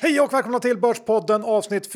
Hej och välkomna till Börspodden avsnitt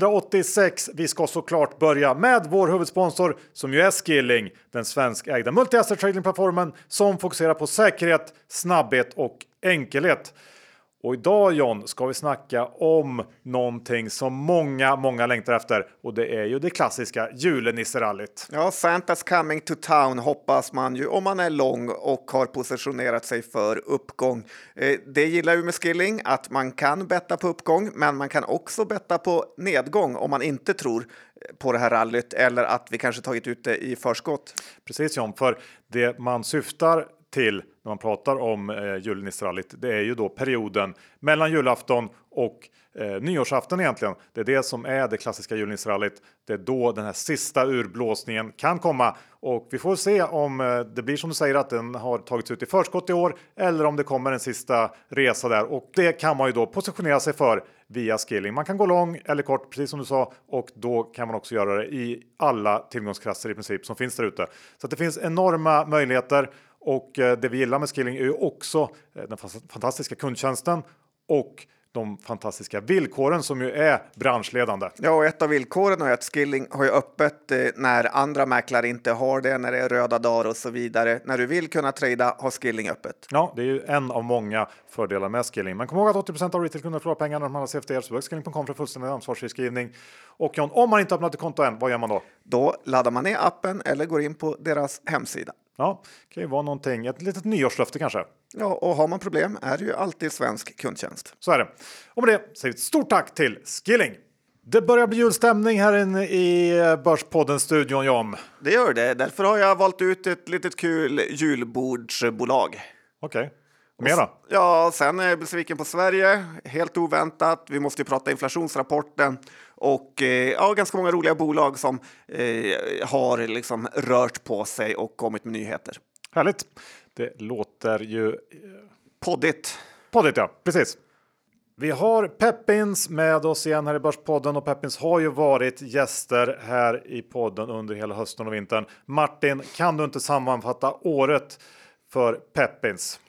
486. Vi ska såklart börja med vår huvudsponsor som ju är Skilling, den svenskägda multi-asset trading-plattformen som fokuserar på säkerhet, snabbhet och enkelhet. Och idag, John, ska vi snacka om någonting som många längtar efter. Och det är ju det klassiska julenisserallyt. Ja, Santa's coming to town hoppas man ju om man är lång och har positionerat sig för uppgång. Det gillar ju med Skilling att man kan betta på uppgång, men man kan också betta på nedgång om man inte tror på det här rallyt eller att vi kanske tagit ut det i förskott. Precis, John, för det man syftar till när man pratar om julenisserallyt, det är ju då perioden mellan julafton och nyårsafton egentligen. Det är det som är det klassiska julenisserallyt. Det är då den här sista urblåsningen kan komma. Och vi får se om det blir som du säger att den har tagits ut i förskott i år eller om det kommer en sista resa där. Och det kan man ju då positionera sig för via Skilling. Man kan gå lång eller kort, precis som du sa, och då kan man också göra det i alla tillgångsklasser i princip som finns där ute. Så att det finns enorma möjligheter. Och det vi gillar med Skilling är ju också den fantastiska kundtjänsten och de fantastiska villkoren som ju är branschledande. Ja, och ett av villkoren är att Skilling har ju öppet när andra mäklare inte har det, när det är röda dagar och så vidare. När du vill kunna trada har Skilling öppet. Ja, det är ju en av många fördelar med Skilling. Men kom ihåg att 80% av retailkunder förlorar pengar när de handlar CFDR, så Skilling.com för fullständig ansvarsfriskrivning. Och John, om man inte öppnat ett konto än, vad gör man då? Då laddar man ner appen eller går in på deras hemsida. Ja, det kan ju vara någonting, ett litet nyårslöfte kanske. Ja, och har man problem är det ju alltid svensk kundtjänst. Så är det. Och med det säger vi ett stort tack till Skilling. Det börjar bli julstämning här inne i Börspodden-studion, John. Det gör det. Därför har jag valt ut ett litet kul julbordsbolag. Okej. Mera? Ja, sen är jag besviken på Sverige. Helt oväntat. Vi måste ju prata inflationsrapporten. Och ja, ganska många roliga bolag som har liksom rört på sig och kommit med nyheter. Härligt. Det låter ju... Poddigt. Poddigt, ja. Precis. Vi har Peppins med oss igen här i Börspodden och Peppins har ju varit gäster här i podden under hela hösten och vintern. Martin, kan du inte sammanfatta året för Peppins?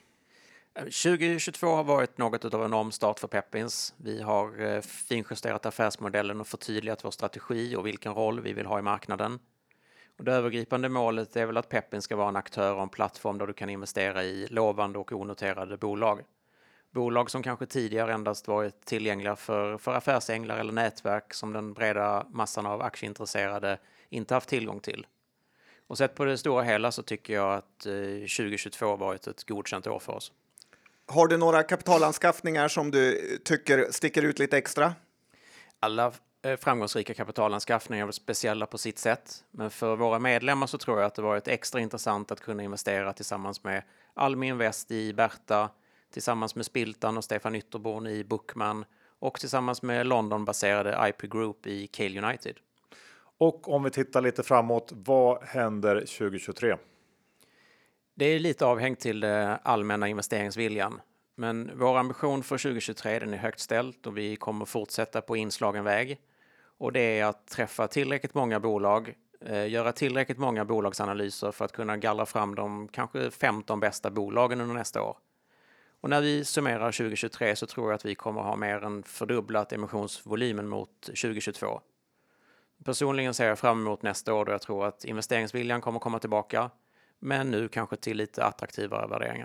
2022 har varit något av en omstart för Peppins. Vi har finjusterat affärsmodellen och förtydligat vår strategi och vilken roll vi vill ha i marknaden. Och det övergripande målet är väl att Peppins ska vara en aktör och en plattform där du kan investera i lovande och onoterade bolag. Bolag som kanske tidigare endast varit tillgängliga för affärsänglar eller nätverk som den breda massan av aktieintresserade inte haft tillgång till. Och sett på det stora hela så tycker jag att 2022 har varit ett godkänt år för oss. Har du några kapitalanskaffningar som du tycker sticker ut lite extra? Alla framgångsrika kapitalanskaffningar är väl speciella på sitt sätt. Men för våra medlemmar så tror jag att det varit extra intressant att kunna investera tillsammans med Almi Invest i Berta, tillsammans med Spiltan och Stefan Ytterborn i Bookman och tillsammans med London-baserade IP Group i Cale United. Och om vi tittar lite framåt, vad händer 2023? Det är lite avhängt till allmänna investeringsviljan. Men vår ambition för 2023 den är högt ställt och vi kommer fortsätta på inslagen väg. Och det är att träffa tillräckligt många bolag, göra tillräckligt många bolagsanalyser för att kunna gallra fram de kanske 15 bästa bolagen under nästa år. Och när vi summerar 2023 så tror jag att vi kommer ha mer än fördubblat emissionsvolymen mot 2022. Personligen ser jag fram emot nästa år då jag tror att investeringsviljan kommer komma tillbaka. Men nu kanske till lite attraktivare värderingar.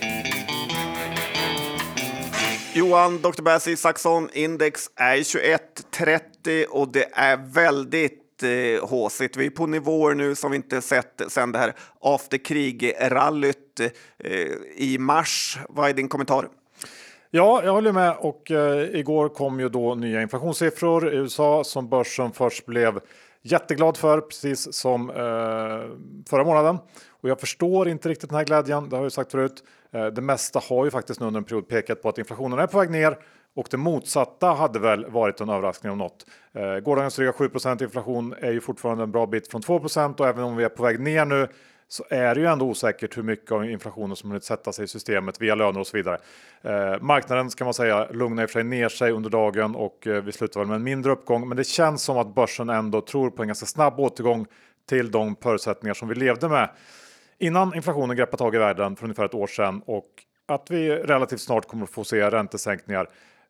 Johan, Dr. Bass Isaksson, index är 21,30 och det är väldigt håsigt. Vi är på nivåer nu som vi inte sett sedan det här afterkrig-rallyt i mars. Vad är din kommentar? Ja, jag håller med och igår kom ju då nya inflationssiffror i USA som börsen först blev jätteglad för, precis som förra månaden. Och jag förstår inte riktigt den här glädjen, det har jag sagt förut. Det mesta har ju faktiskt nu under en period pekat på att inflationen är på väg ner och det motsatta hade väl varit en överraskning om något. Gårdagens dryga 7% inflation är ju fortfarande en bra bit från 2% och även om vi är på väg ner nu så är det ju ändå osäkert hur mycket av inflationen som hunnit sätta sig i systemet via löner och så vidare. Marknaden ska man säga lugnar i och för sig ner sig under dagen och vi slutar väl med en mindre uppgång. Men det känns som att börsen ändå tror på en ganska snabb återgång till de förutsättningar som vi levde med innan inflationen greppade tag i världen för ungefär ett år sedan och att vi relativt snart kommer att få se räntesänkningar.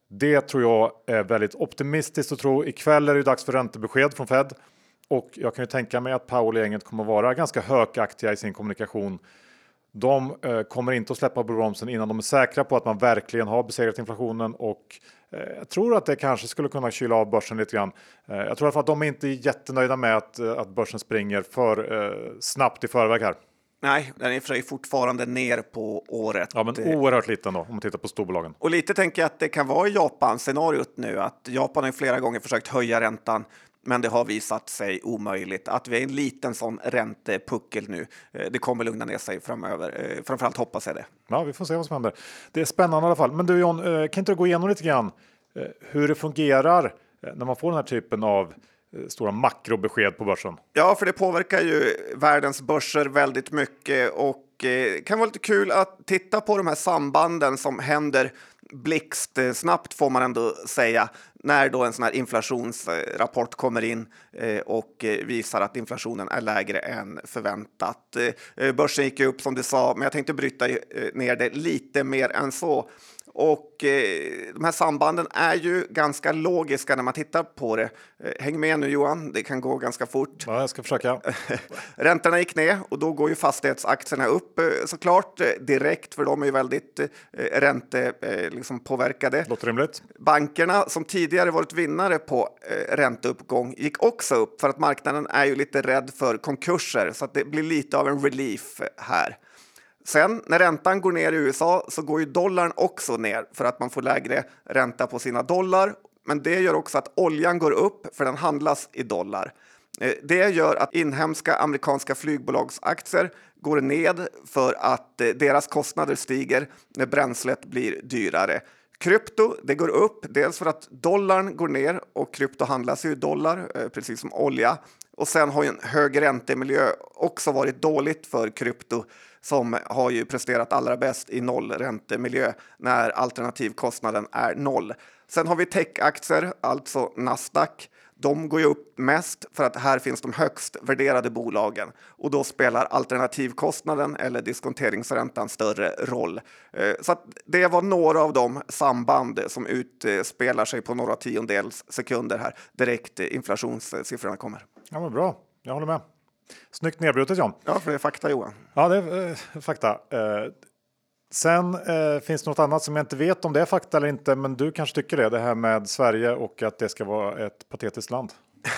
Det tror jag är väldigt optimistiskt att tro. Ikväll är det dags för räntebesked från Fed. Och jag kan ju tänka mig att Powell och gänget kommer vara ganska hökaktiga i sin kommunikation. De kommer inte att släppa på bromsen innan de är säkra på att man verkligen har besegrat inflationen. Och jag tror att det kanske skulle kunna kyla av börsen lite grann. Jag tror att de är inte jättenöjda med att börsen springer för snabbt i förväg här. Nej, den är i och för sig fortfarande ner på året. Ja, men oerhört liten då, om man tittar på storbolagen. Och lite tänker jag att det kan vara i Japan-scenariot nu. Att Japan har flera gånger försökt höja räntan, men det har visat sig omöjligt. Att vi är en liten sån räntepuckel nu. Det kommer lugna ner sig framöver. Framförallt hoppas jag det. Ja, vi får se vad som händer. Det är spännande i alla fall. Men du John, kan inte du gå igenom lite grann hur det fungerar när man får den här typen av stora makrobesked på börsen? Ja, för det påverkar ju världens börser väldigt mycket och kan vara lite kul att titta på de här sambanden som händer blixtsnabbt får man ändå säga, när då en sån här inflationsrapport kommer in och visar att inflationen är lägre än förväntat. Börsen gick ju upp som du sa, men jag tänkte bryta ner det lite mer än så. Och de här sambanden är ju ganska logiska när man tittar på det. Häng med nu Johan, det kan gå ganska fort. Ja, jag ska försöka. Räntorna gick ner och då går ju fastighetsaktierna upp såklart direkt, för de är ju väldigt liksom påverkade. Låter rimligt. Bankerna som tidigare varit vinnare på ränteuppgång gick också upp, för att marknaden är ju lite rädd för konkurser, så att det blir lite av en relief här. Sen när räntan går ner i USA så går ju dollarn också ner, för att man får lägre ränta på sina dollar. Men det gör också att oljan går upp, för den handlas i dollar. Det gör att inhemska amerikanska flygbolagsaktier går ned, för att deras kostnader stiger när bränslet blir dyrare. Krypto, det går upp, dels för att dollarn går ner och krypto handlas ju i dollar, precis som olja. Och sen har ju en hög räntemiljö också varit dåligt för krypto, som har ju presterat allra bäst i nollräntemiljö när alternativkostnaden är noll. Sen har vi techaktier, alltså Nasdaq. De går ju upp mest för att här finns de högst värderade bolagen, och då spelar alternativkostnaden eller diskonteringsräntan större roll. Så att det var några av de samband som utspelar sig på några tiondels sekunder här direkt inflationssiffrorna kommer. Ja, men bra. Jag håller med. Snyggt nedbrutet, John. Ja, för det är fakta, Johan. Ja, det är fakta. Sen finns det något annat som jag inte vet om det är fakta eller inte, men du kanske tycker det. Det här med Sverige och att det ska vara ett patetiskt land.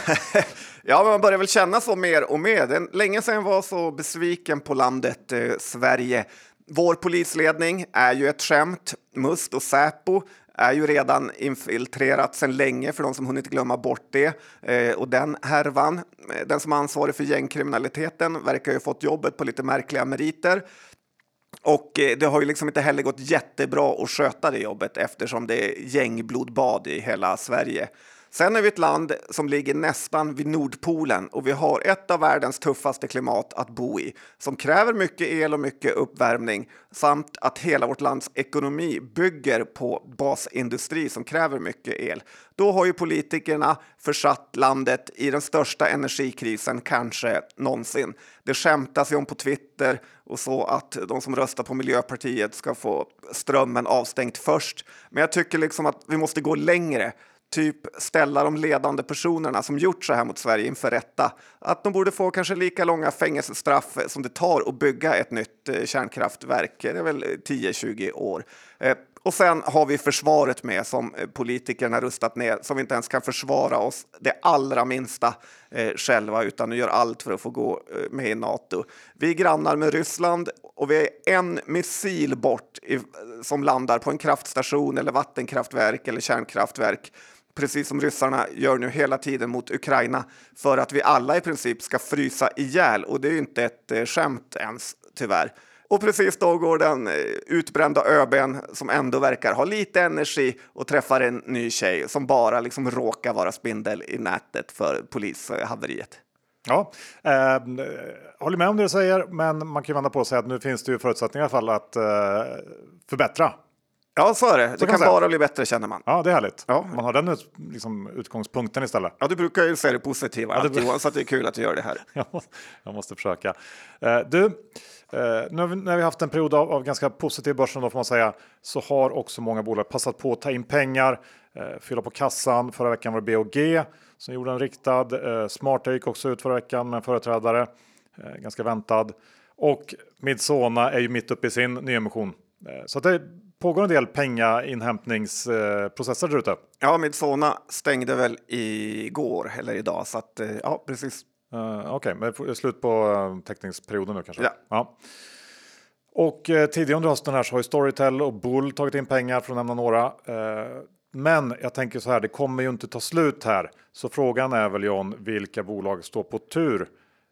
Ja, men man börjar väl känna så mer och mer. Det är länge sedan jag var så besviken på landet Sverige. Vår polisledning är ju ett skämt. Must och Säpo är ju redan infiltrerat sedan länge, för de som hunnit glömma bort det. Och den härvan, den som är ansvarig för gängkriminaliteten, verkar ju fått jobbet på lite märkliga meriter. Och det har ju liksom inte heller gått jättebra att sköta det jobbet, eftersom det är gängblodbad i hela Sverige. Sen är vi ett land som ligger nästan vid Nordpolen, och vi har ett av världens tuffaste klimat att bo i, som kräver mycket el och mycket uppvärmning, samt att hela vårt lands ekonomi bygger på basindustri som kräver mycket el. Då har ju politikerna försatt landet i den största energikrisen kanske någonsin. Det skämtas ju om på Twitter och så att de som röstar på Miljöpartiet ska få strömmen avstängt först. Men jag tycker liksom att vi måste gå längre. Typ ställa de ledande personerna som gjort så här mot Sverige inför rätta. Att de borde få kanske lika långa fängelsestraff som det tar att bygga ett nytt kärnkraftverk. Det är väl 10-20 år. Och sen har vi försvaret med, som politikerna rustat ner, som vi inte ens kan försvara oss det allra minsta själva, utan gör allt för att få gå med i NATO. Vi är grannar med Ryssland, och vi är en missil bort som landar på en kraftstation eller vattenkraftverk eller kärnkraftverk. Precis som ryssarna gör nu hela tiden mot Ukraina, för att vi alla i princip ska frysa ihjäl. Och det är ju inte ett skämt ens, tyvärr. Och precis då går den utbrända ÖB:n, som ändå verkar ha lite energi, och träffar en ny tjej som bara liksom råkar vara spindel i nätet för polishaveriet. Ja, håller med om det du säger, men man kan ju vända på sig att nu finns det ju förutsättningar i alla fall att förbättra. Ja, så är det. Det kan bara bli bättre, känner man. Ja, det är härligt. Ja. Man har den utgångspunkten istället. Ja, du brukar ju se det positiva, Johan, så att det är kul att du gör det här. Jag måste försöka. Nu när vi haft en period av ganska positiv börsen då, får man säga, så har också många bolag passat på att ta in pengar, fylla på kassan. Förra veckan var det BOG som gjorde en riktad. Smarta gick också ut förra veckan med en företrädare, ganska väntad. Och Midsona är ju mitt uppe i sin nyemission. Så att det pågår en del pengainhämtningsprocesser där ute. Ja, Midsona stängde väl igår eller idag, så att ja, precis. Okej, men det är slut på teckningsperioden nu kanske. Ja. Och tidigare under hösten här så har ju Storytel och Bull tagit in pengar, för att nämna några. Men jag tänker så här, det kommer ju inte ta slut här. Så frågan är väl, John, vilka bolag står på tur?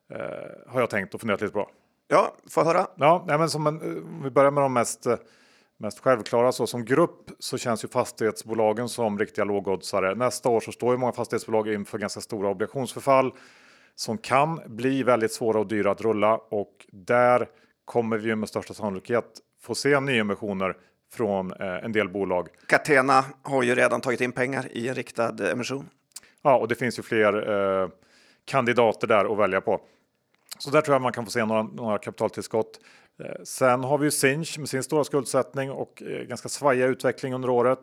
Har jag tänkt och funderat lite på. Ja, får höra. Ja, men vi börjar med de mest självklara. Så som grupp så känns ju fastighetsbolagen som riktiga lågoddsare. Nästa år så står ju många fastighetsbolag inför ganska stora obligationsförfall som kan bli väldigt svåra och dyra att rulla. Och där kommer vi med största sannolikhet få se nyemissioner från en del bolag. Catena har ju redan tagit in pengar i en riktad emission. Ja, och det finns ju fler kandidater där att välja på. Så där tror jag man kan få se några kapitaltillskott. Sen har vi ju Sinch med sin stora skuldsättning och ganska svajiga utveckling under året.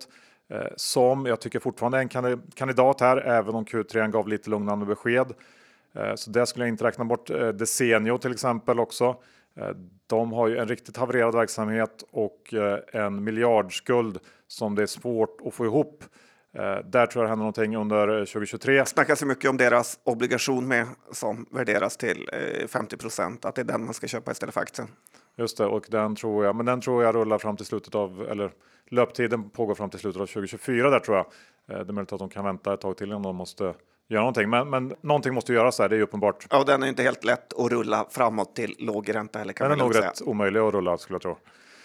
Som jag tycker fortfarande är en kandidat här, även om Q3 gav lite lugnande besked. Så där skulle jag inte räkna bort Desenio till exempel också. De har ju en riktigt havererad verksamhet och en miljardskuld som det är svårt att få ihop. Där tror jag det händer någonting under 2023. Det snackas ju mycket om deras obligation med som värderas till 50%. Att det är den man ska köpa istället för aktien. Just det, och den tror jag rullar fram till slutet av, eller löptiden pågår fram till slutet av 2024 där tror jag. Det är möjligt att de kan vänta ett tag till om de måste göra någonting. Men någonting måste göras där, det är uppenbart. Ja, den är inte helt lätt att rulla framåt till låg ränta heller, kan man nog säga. Rätt omöjlig att rulla, skulle jag tro.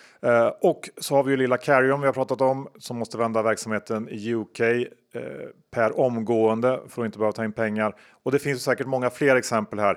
Och så har vi ju lilla Carrion vi har pratat om, som måste vända verksamheten i UK per omgående för att inte behöva ta in pengar. Och det finns säkert många fler exempel här.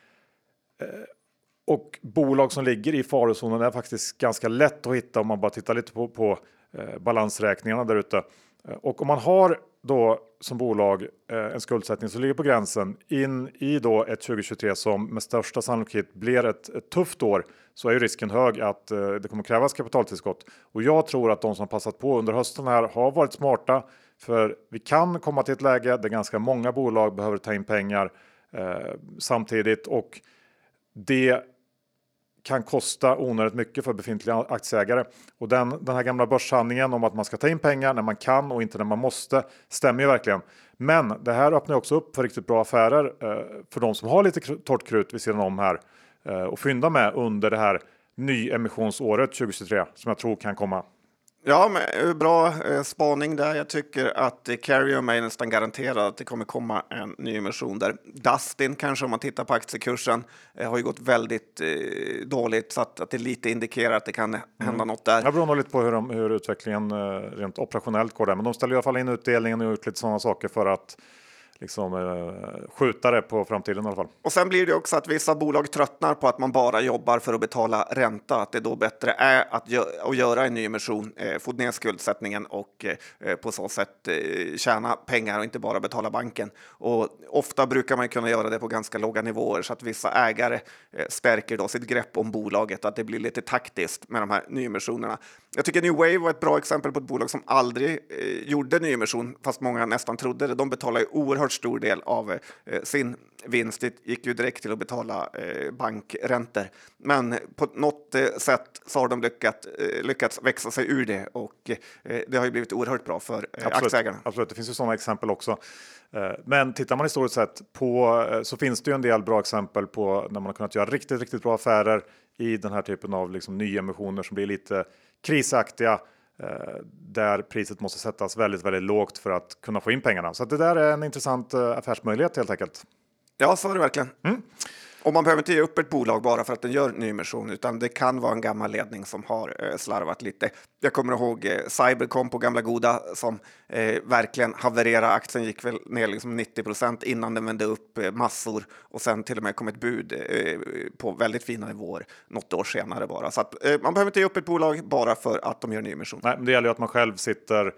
Och bolag som ligger i farozonen är faktiskt ganska lätt att hitta om man bara tittar lite på balansräkningarna där ute. Och om man har då som bolag en skuldsättning som ligger på gränsen in i då ett 2023 som med största sannolikhet blir ett tufft år, så är ju risken hög att det kommer krävas kapitaltillskott. Och jag tror att de som har passat på under hösten här har varit smarta, för vi kan komma till ett läge där ganska många bolag behöver ta in pengar samtidigt, och det kan kosta onödigt mycket för befintliga aktieägare. Och den här gamla börssanningen om att man ska ta in pengar när man kan och inte när man måste stämmer ju verkligen. Men det här öppnar också upp för riktigt bra affärer för de som har lite torrt krut vid sidan om här och fynda med under det här nyemissionsåret 2023 som jag tror kan komma. Ja, men bra spaning där. Jag tycker att Carrion är nästan garanterad att det kommer komma en ny emission där. Dustin kanske, om man tittar på aktiekursen, har ju gått väldigt dåligt, så att det lite indikerar att det kan hända något där. Jag beror nog lite på hur utvecklingen rent operationellt går där, men de ställer i alla fall in utdelningen och gjort lite sådana saker för att skjuta det på framtiden i alla fall. Och sen blir det också att vissa bolag tröttnar på att man bara jobbar för att betala ränta. Att det då bättre är att göra en ny emission, få ner skuldsättningen och på så sätt tjäna pengar och inte bara betala banken. Och ofta brukar man kunna göra det på ganska låga nivåer, så att vissa ägare stärker då sitt grepp om bolaget, att det blir lite taktiskt med de här nyemissionerna. Jag tycker New Wave var ett bra exempel på ett bolag som aldrig gjorde nyemission, fast många nästan trodde det. De betalar ju oerhört stor del av sin vinst. Det gick ju direkt till att betala bankräntor. Men på något sätt så har de lyckats växa sig ur det, och det har ju blivit oerhört bra för aktieägarna. Absolut, det finns ju sådana exempel också. Men tittar man historiskt sett på, så finns det ju en del bra exempel på när man har kunnat göra riktigt, riktigt bra affärer i den här typen av nyemissioner som blir lite krisaktiga, där priset måste sättas väldigt, väldigt lågt för att kunna få in pengarna. Så att det där är en intressant affärsmöjlighet helt enkelt. Ja, så är det verkligen. Och man behöver inte ge upp ett bolag bara för att den gör nyemission, utan det kan vara en gammal ledning som har slarvat lite. Jag kommer ihåg Cybercom på gamla goda som verkligen havererade. Aktien gick väl ner liksom 90% innan den vände upp massor och sen till och med kom ett bud på väldigt fina nivåer något år senare bara. Så att, man behöver inte ge upp ett bolag bara för att de gör nyemission. Nej, men det gäller ju att man själv sitter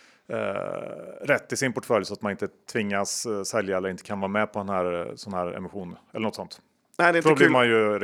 rätt i sin portfölj så att man inte tvingas sälja eller inte kan vara med på en sån här emission eller något sånt. Nej, det är inte Då blir kul.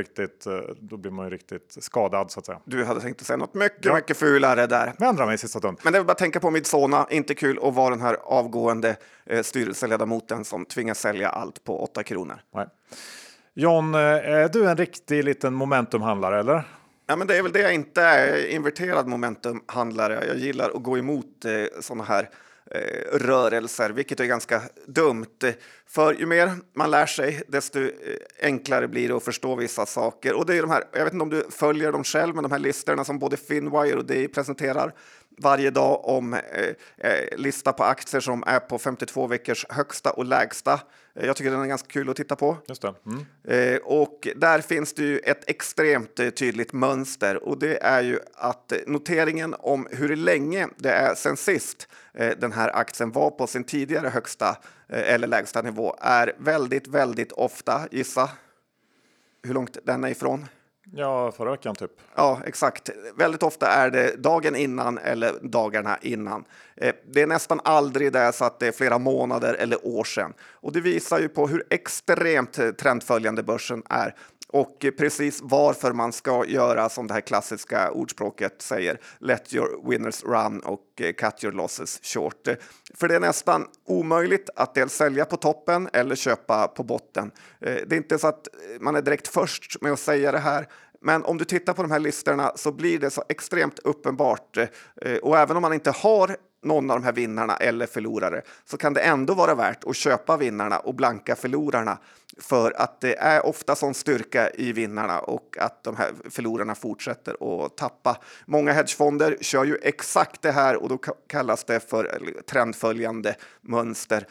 då blir man ju riktigt skadad så att säga. Du hade tänkt att säga något mycket fulare där. Jag ändrar mig i sista stund. Men det är bara att tänka på Midsona. Inte kul att vara den här avgående styrelseledamoten som tvingas sälja allt på 8 kronor. Nej. John, är du en riktig liten momentumhandlare eller? Ja, men det är väl det jag inte är. Inverterad momentumhandlare. Jag gillar att gå emot sådana här rörelser, vilket är ganska dumt. För ju mer man lär sig, desto enklare blir det att förstå vissa saker. Och det är de här, jag vet inte om du följer dem själv, men de här listorna som både Finwire och DI presenterar varje dag om lista på aktier som är på 52 veckors högsta och lägsta. Jag tycker den är ganska kul att titta på. Just det. Och där finns det ju ett extremt tydligt mönster, och det är ju att noteringen om hur länge det är sen sist den här aktien var på sin tidigare högsta eller lägsta nivå är väldigt ofta, gissa hur långt den är ifrån. Ja, förra veckan typ. Ja, exakt. Väldigt ofta är det dagen innan eller dagarna innan. Det är nästan aldrig det så att det är flera månader eller år sedan. Och det visar ju på hur extremt trendföljande börsen är. Och precis varför man ska göra som det här klassiska ordspråket säger, let your winners run och cut your losses short. För det är nästan omöjligt att dels sälja på toppen eller köpa på botten. Det är inte så att man är direkt först med att säga det här. Men om du tittar på de här listorna så blir det så extremt uppenbart. Och även om man inte har någon av de här vinnarna eller förlorare så kan det ändå vara värt att köpa vinnarna och blanka förlorarna. För att det är ofta sån styrka i vinnarna och att de här förlorarna fortsätter att tappa. Många hedgefonder kör ju exakt det här och då kallas det för trendföljande mönster.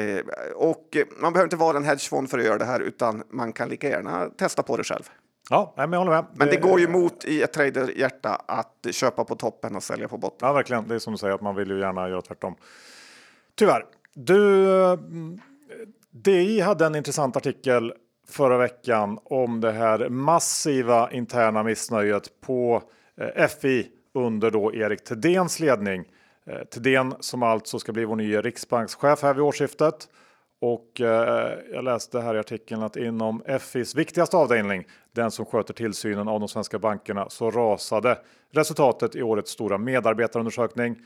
Och man behöver inte vara en hedgefond för att göra det här, utan man kan lika gärna testa på det själv. Ja, men jag håller med. Men det går ju emot i ett traderhjärta att köpa på toppen och sälja på botten. Ja, verkligen. Det är som du säger att man vill ju gärna göra tvärtom. Tyvärr. DI hade en intressant artikel förra veckan om det här massiva interna missnöjet på FI under då Erik Thedéens ledning. Thedéen som alltså ska bli vår nya riksbankschef här vid årsskiftet. Och jag läste här i artikeln att inom FIs viktigaste avdelning, den som sköter tillsynen av de svenska bankerna, så rasade resultatet i årets stora medarbetarundersökning.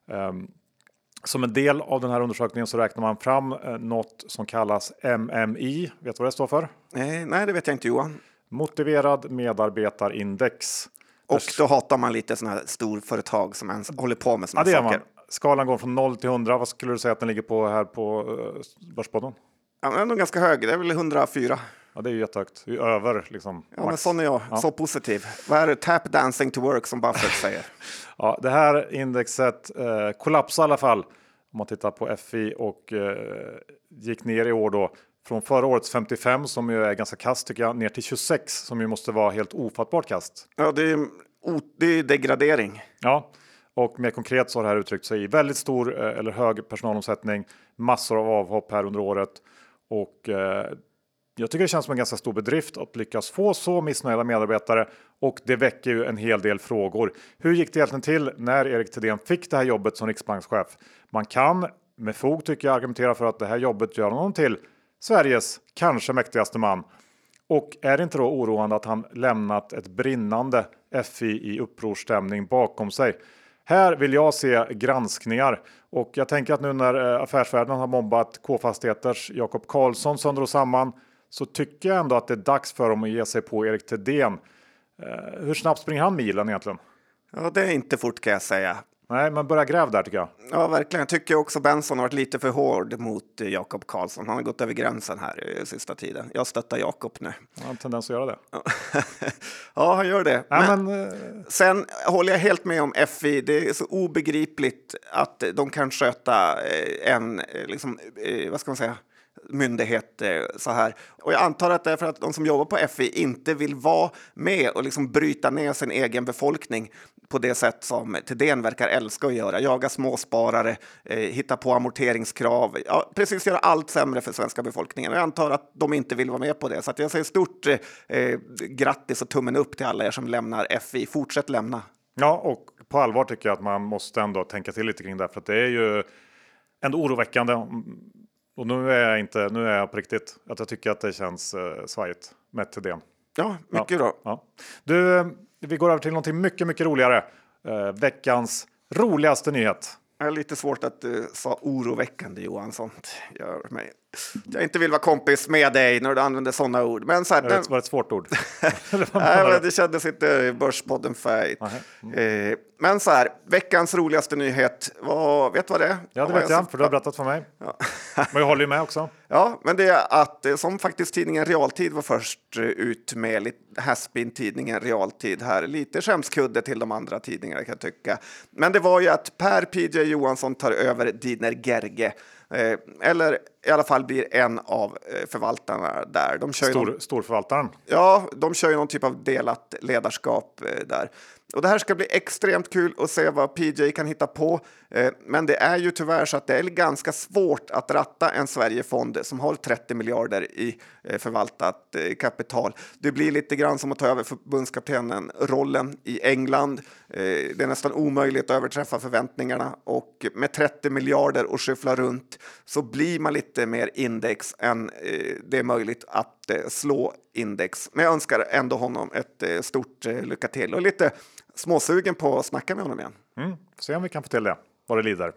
Som en del av den här undersökningen så räknar man fram något som kallas MMI. Vet du vad det står för? Nej, det vet jag inte, Johan. Motiverad medarbetarindex. Och då hatar man lite sådana här storföretag som ens håller på med sådana saker. Skalan går från 0 till 100. Vad skulle du säga att den ligger på här på Börspodden? Ja, den är nog ganska hög. Det är väl 104. Ja, det är ju jättehögt. Det är över liksom. Ja, men sån är jag. Ja. Så positiv. Vad är det? Tap dancing to work som Buffett säger. Ja, det här indexet kollapsade i alla fall om man tittar på FI och gick ner i år då från förra årets 55 som ju är ganska kast tycker jag, ner till 26 som ju måste vara helt ofattbart kast. Ja, det är degradering. Ja, och mer konkret så har det här uttryckt sig i väldigt stor eller hög personalomsättning, massor av avhopp här under året och jag tycker det känns som en ganska stor bedrift att lyckas få så missnöjda medarbetare och det väcker ju en hel del frågor. Hur gick det egentligen till när Erik Thedéen fick det här jobbet som riksbankschef? Man kan med fog tycker jag argumentera för att det här jobbet gör honom till Sveriges kanske mäktigaste man. Och är det inte då oroande att han lämnat ett brinnande FI i upprorsstämning bakom sig? Här vill jag se granskningar och jag tänker att nu när Affärsvärlden har mobbat K-fastigheters Jakob Karlsson sönder och samman så tycker jag ändå att det är dags för dem att ge sig på Erik Thedéen. Hur snabbt springer han milen egentligen? Ja, det är inte fort kan jag säga. Nej, men börja gräv där tycker jag. Ja, verkligen. Jag tycker också Benson har varit lite för hård mot Jakob Karlsson. Han har gått över gränsen här i sista tiden. Jag stöttar Jakob nu. Han har en tendens att göra det. Ja, han gör det. Ja, sen håller jag helt med om FI. Det är så obegripligt att de kan sköta en, liksom, vad ska man säga, myndighet så här. Och jag antar att det är för att de som jobbar på FI inte vill vara med och liksom bryta ner sin egen befolkning på det sätt som Thedéen verkar älska att göra. Jaga småsparare, hitta på amorteringskrav, precis göra allt sämre för svenska befolkningen. Och jag antar att de inte vill vara med på det. Så att jag säger stort grattis och tummen upp till alla er som lämnar FI. Fortsätt lämna. Ja, och på allvar tycker jag att man måste ändå tänka till lite kring det. För att det är ju ändå oroväckande. Och nu är jag på riktigt att jag tycker att det känns svajigt med Thedéen. Ja, mycket bra. Ja. Du, vi går över till någonting mycket, mycket roligare. Veckans roligaste nyhet. Det är lite svårt att du sa oroväckande, Johan. Sånt gör mig. Jag inte vill vara kompis med dig när du använder sådana ord. Men så här, det var ett svårt ord. Nej, men det kändes inte Börspodden färg. Men så här, veckans roligaste nyhet. Vet du vad det är? Ja, det vet jag, för du har berättat för mig. Ja. Men jag håller ju med också. Ja, men det är att som faktiskt tidningen Realtid var först ut med, Haspin-tidningen Realtid här. Lite skämskudde till de andra tidningarna kan jag tycka. Men det var ju att Per PJ Johansson tar över Diner Gerge. Eller i alla fall blir en av förvaltarna där. De kör storförvaltaren. Ja, de kör ju någon typ av delat ledarskap där. Och det här ska bli extremt kul att se vad PJ kan hitta på. Men det är ju tyvärr så att det är ganska svårt att ratta en Sverigefond som har 30 miljarder i förvaltat kapital. Det blir lite grann som att ta över förbundskaptenen-rollen i England. Det är nästan omöjligt att överträffa förväntningarna. Och med 30 miljarder och skyffla runt så blir man lite mer index än det är möjligt att slå index. Men jag önskar ändå honom ett stort lycka till och lite småsugen på att snacka med honom igen. Se om vi kan få till det, vad det lider.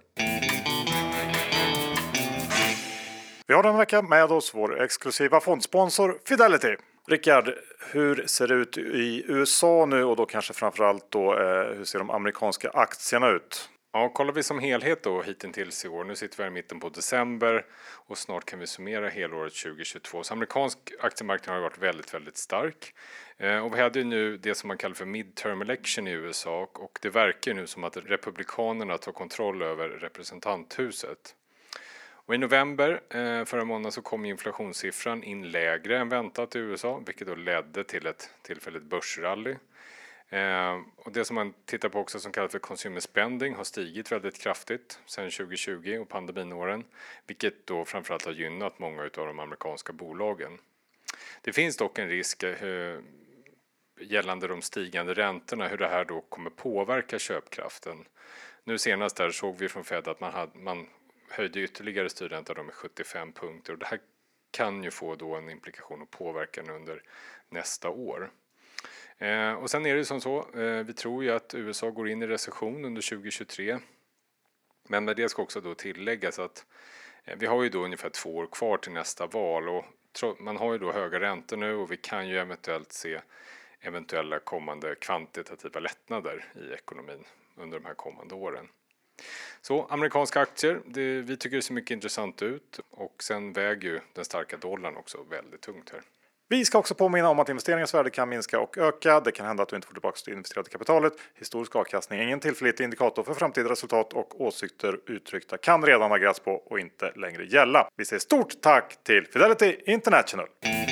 Vi har den vecka med oss vår exklusiva fondsponsor Fidelity. Rickard, hur ser det ut i USA nu och då kanske framförallt då, hur ser de amerikanska aktierna ut? Ja, kollar vi som helhet då hittills i år. Nu sitter vi i mitten på december och snart kan vi summera helåret 2022. Så amerikansk aktiemarknad har varit väldigt, väldigt stark. Och vi hade ju nu det som man kallar för midterm election i USA och det verkar nu som att republikanerna tar kontroll över representanthuset. Och i november förra månaden så kom inflationssiffran in lägre än väntat i USA, vilket då ledde till ett tillfälligt börsrally. Och det som man tittar på också som kallas för consumer spending har stigit väldigt kraftigt sedan 2020 och pandeminåren, vilket då framförallt har gynnat många av de amerikanska bolagen. Det finns dock en risk gällande de stigande räntorna, hur det här då kommer påverka köpkraften. Nu senast där såg vi från Fed att man höjde ytterligare styrräntan med 75 punkter och det här kan ju få då en implikation och påverkan under nästa år. Och sen är det som så, vi tror ju att USA går in i recession under 2023. Men med det ska också då tilläggas att vi har ju då ungefär 2 år kvar till nästa val och man har ju då höga räntor nu och vi kan ju eventuellt se eventuella kommande kvantitativa lättnader i ekonomin under de här kommande åren. Så amerikanska aktier, vi tycker det ser mycket intressant ut och sen väger ju den starka dollarn också väldigt tungt här. Vi ska också påminna om att investeringens värde kan minska och öka. Det kan hända att du inte får tillbaka det investerade kapitalet. Historisk avkastning är ingen tillförlitlig indikator för framtida resultat och åsikter uttryckta kan redan ha grätts på och inte längre gälla. Vi säger stort tack till Fidelity International.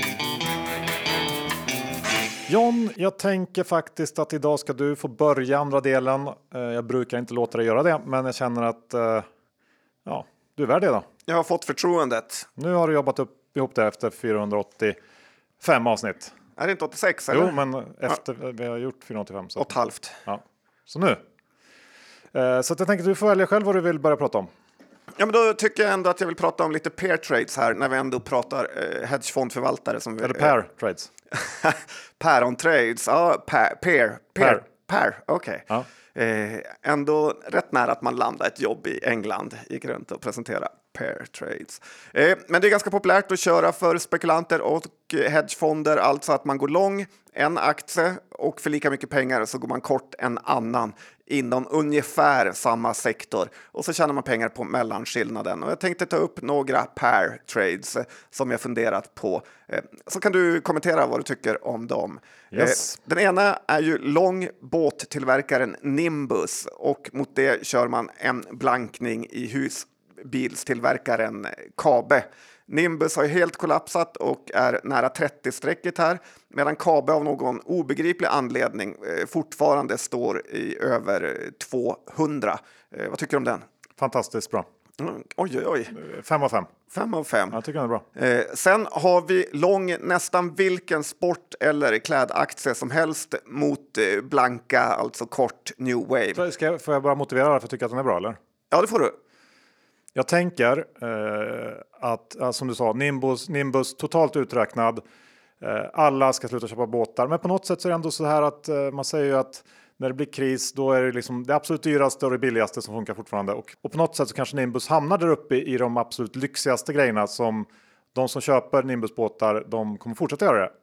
John, jag tänker faktiskt att idag ska du få börja andra delen. Jag brukar inte låta dig göra det, men jag känner att du är värd det då. Jag har fått förtroendet. Nu har du jobbat ihop det efter 485 avsnitt. Är det inte 86 eller? Jo, men efter vi har gjort 485. Så. 8,5. Ja. Så nu. Så att jag tänker att du får välja själv vad du vill börja prata om. Ja, men då tycker jag ändå att jag vill prata om lite pair trades här när vi ändå pratar hedgefondförvaltare. Som eller pair trades? Pair on trades. Ja, pair. Okej. Ja. Ändå rätt nära att man landar ett jobb i England. Gick runt och presentera pair trades. Men det är ganska populärt att köra för spekulanter och hedgefonder. Alltså att man går lång en aktie och för lika mycket pengar så går man kort en annan inom ungefär samma sektor. Och så tjänar man pengar på mellanskillnaden. Och jag tänkte ta upp några pair trades som jag funderat på. Så kan du kommentera vad du tycker om dem. Yes. Den ena är ju lång båttillverkaren Nimbus. Och mot det kör man en blankning i husbilstillverkaren Kabe. Nimbus har ju helt kollapsat och är nära 30-strecket här, medan KB av någon obegriplig anledning fortfarande står i över 200. Vad tycker du om den? Fantastiskt bra. Oj. 5 av 5. 5 av 5. Jag tycker den är bra. Sen har vi lång nästan vilken sport eller klädaktie som helst mot blanka, alltså kort New Wave. Får jag bara motivera varför jag tycker att den är bra, eller? Ja, det får du. Jag tänker att, som du sa, Nimbus totalt uträknad. Alla ska sluta köpa båtar. Men på något sätt så är det ändå så här att man säger ju att när det blir kris, då är det liksom det absolut dyraste och det billigaste som funkar fortfarande. Och på något sätt så kanske Nimbus hamnar där uppe i de absolut lyxigaste grejerna som de som köper Nimbus-båtar, de kommer fortsätta göra det.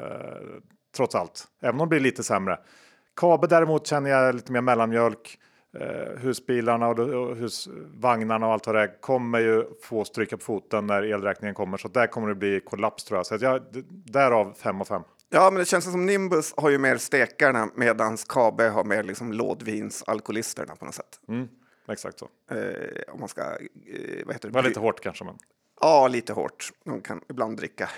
Trots allt. Även om det blir lite sämre. KB däremot känner jag lite mer mellanmjölk. Husbilarna och husvagnarna och allt vad det är kommer ju få stryka på foten när elräkningen kommer. Så där kommer det bli kollaps, tror jag. Så därav 5 av 5. Ja, men det känns som Nimbus har ju mer stekarna medan KB har mer liksom lådvinsalkoholisterna på något sätt. Exakt så. Om man ska, vad heter det? Det var lite hårt kanske. Men... Ja, lite hårt. De kan ibland dricka